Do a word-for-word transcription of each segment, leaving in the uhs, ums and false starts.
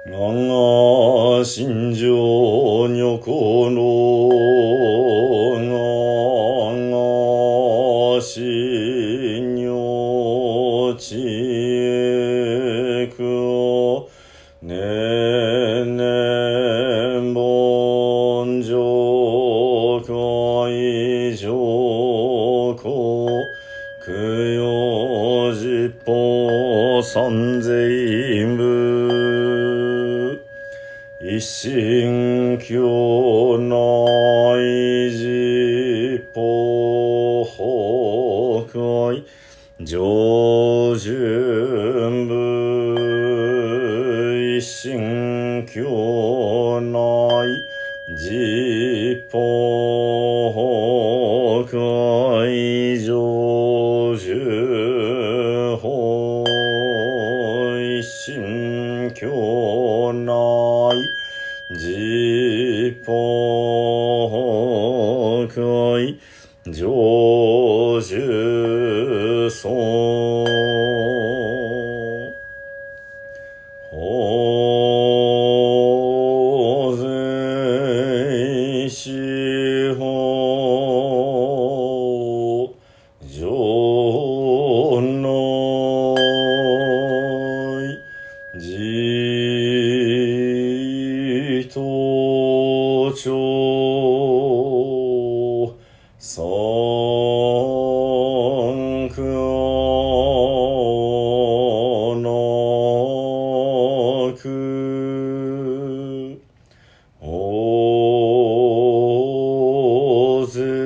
我が心情女子の我が心女知恵くねね盆上海上公供養十法三千部一心教内十法法会上順部一心教内十法法会上順法一心教内十法会上順尊法税司法上内自当庁三苦なく大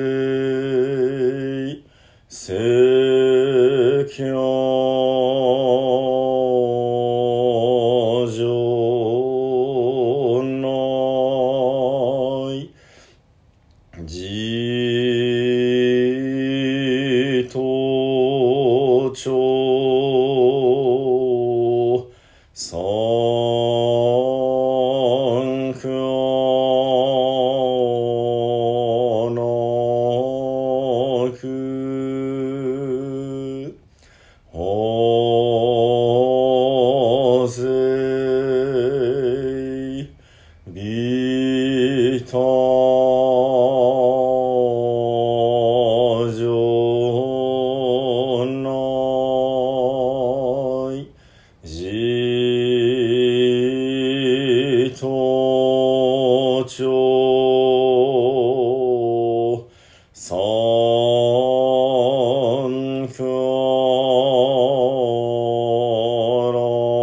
勢世間上内自当庁三苦なく大勢利他上内自当庁三苦な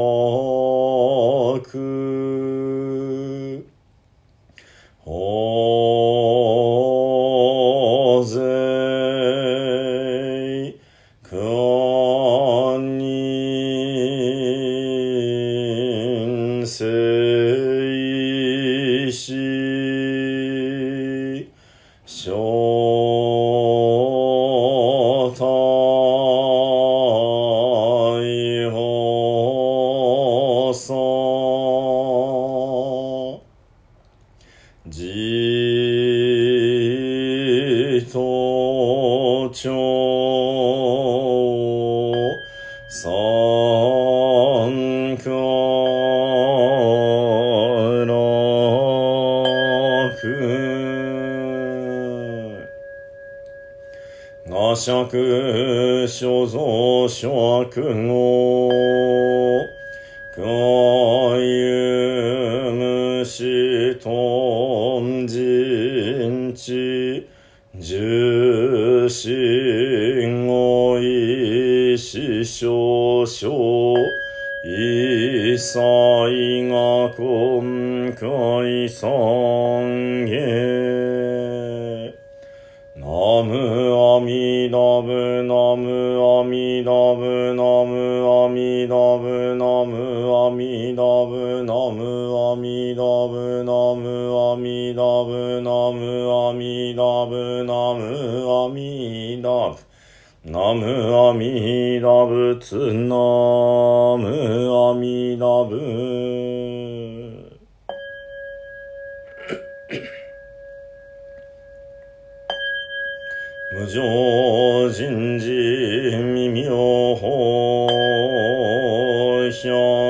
く大勢堪忍世死小大法さ自当庁三苦なく我釈所蔵諸悪語海遊無視頓人知十心語意思少々一切が今回三下ナムアミダブナムアミダブナムアミダブナムアミダブナムアミダブナムアミダブナムアミダブナムアミダブナムアミダブツナムアミダブ無常人事未妙法百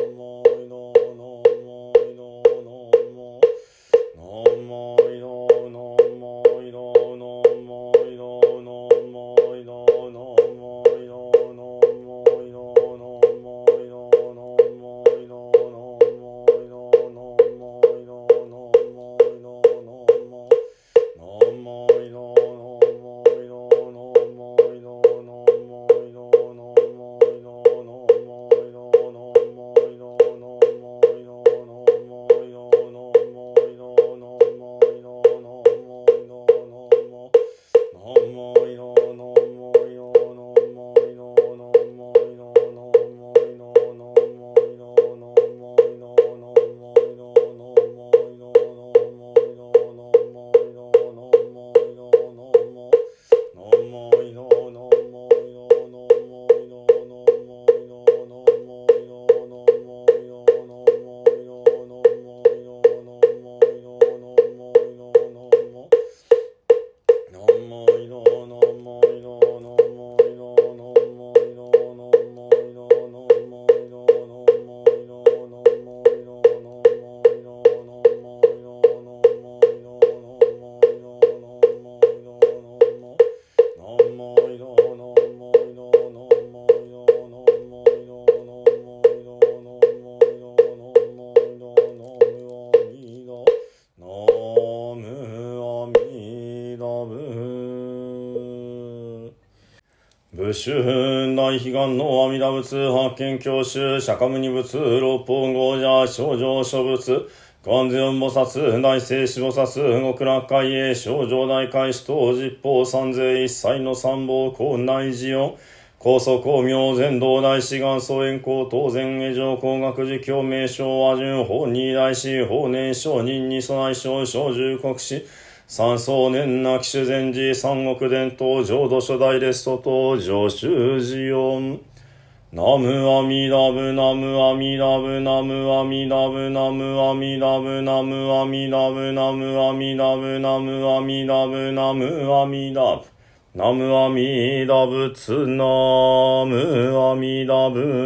武州大悲願の阿弥陀仏発見教習釈迦牟尼仏六方豪者少女諸仏観世音菩薩大聖子菩薩極楽海へ少女大海使徒十方三世一切の三宝高内寺音高祖光明全道大師元祖円光当然下上工学寺教名称和順法二大師法年上人二祖内省小十国師三宗年な騎手禅寺三国伝統浄土初代レストと上州寺音ナムアミダブナムアミダブナムアミダブナムアミダブナムアミダブナムアミダブナムアミダブナムアミダブナムアミダブツナムアミダ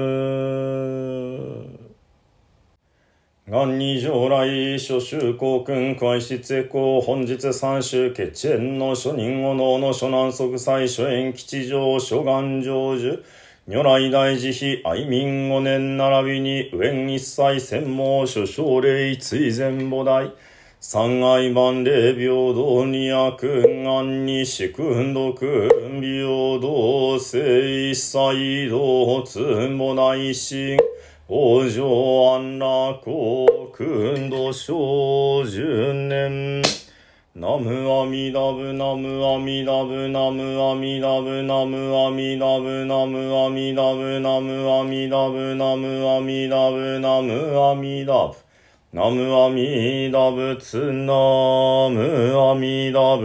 ブ元二上来諸州公君開始エコ本日三州決縁の諸人おのの諸南即祭諸縁吉祥諸願成就如来大慈悲愛民五年並びに右縁一切専門諸奨礼追善母大三愛万礼平等二悪願に四訓読平等聖一切道つ母大心往生安楽国訓度小十年ナムアミダブナムアミダブナムアミダブナムアミダブナムアミダブナムアミダブナムアミダブナムアミダブナムアミダブツナムアミダ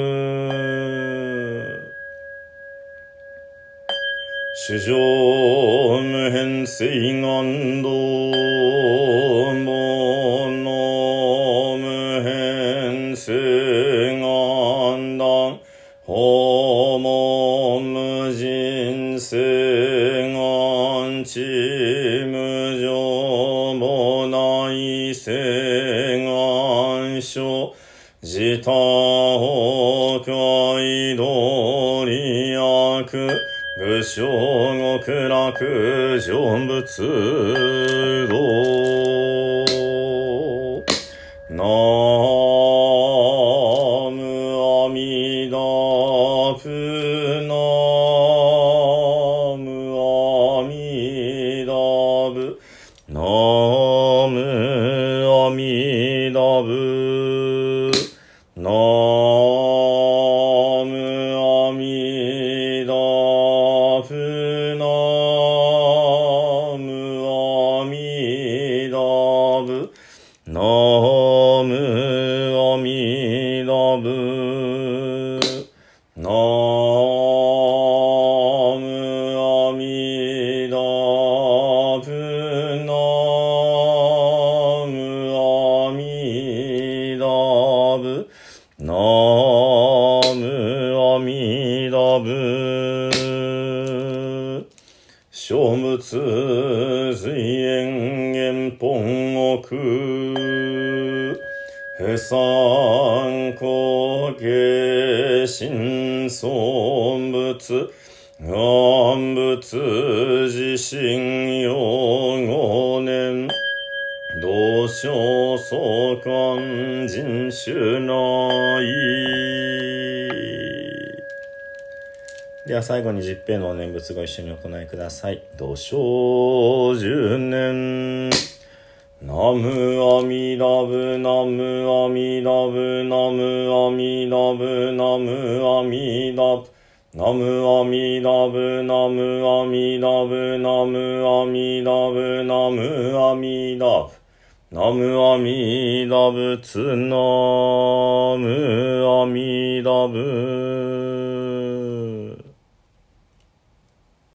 ブ主上無変性願道もの無変性願断訪問無人性願地無常母内性願書自他崩壊道理悪愚正極楽成仏道ナムアミダプナムアミダブナムアミダブナナムアミダブナムアミダブナムアミダブナムアミダブ小仏随縁縁本奥不参考下心尊仏願仏自身用五年同生相関人種内では最後に十平のお念仏ご一緒にお唱えください。同生十年ナムアミダブナムアミダブナムアミダブナムアミダブナムアミダブナムアミダブナムアミダブナムアミダブナムアミダブツナムアミダブ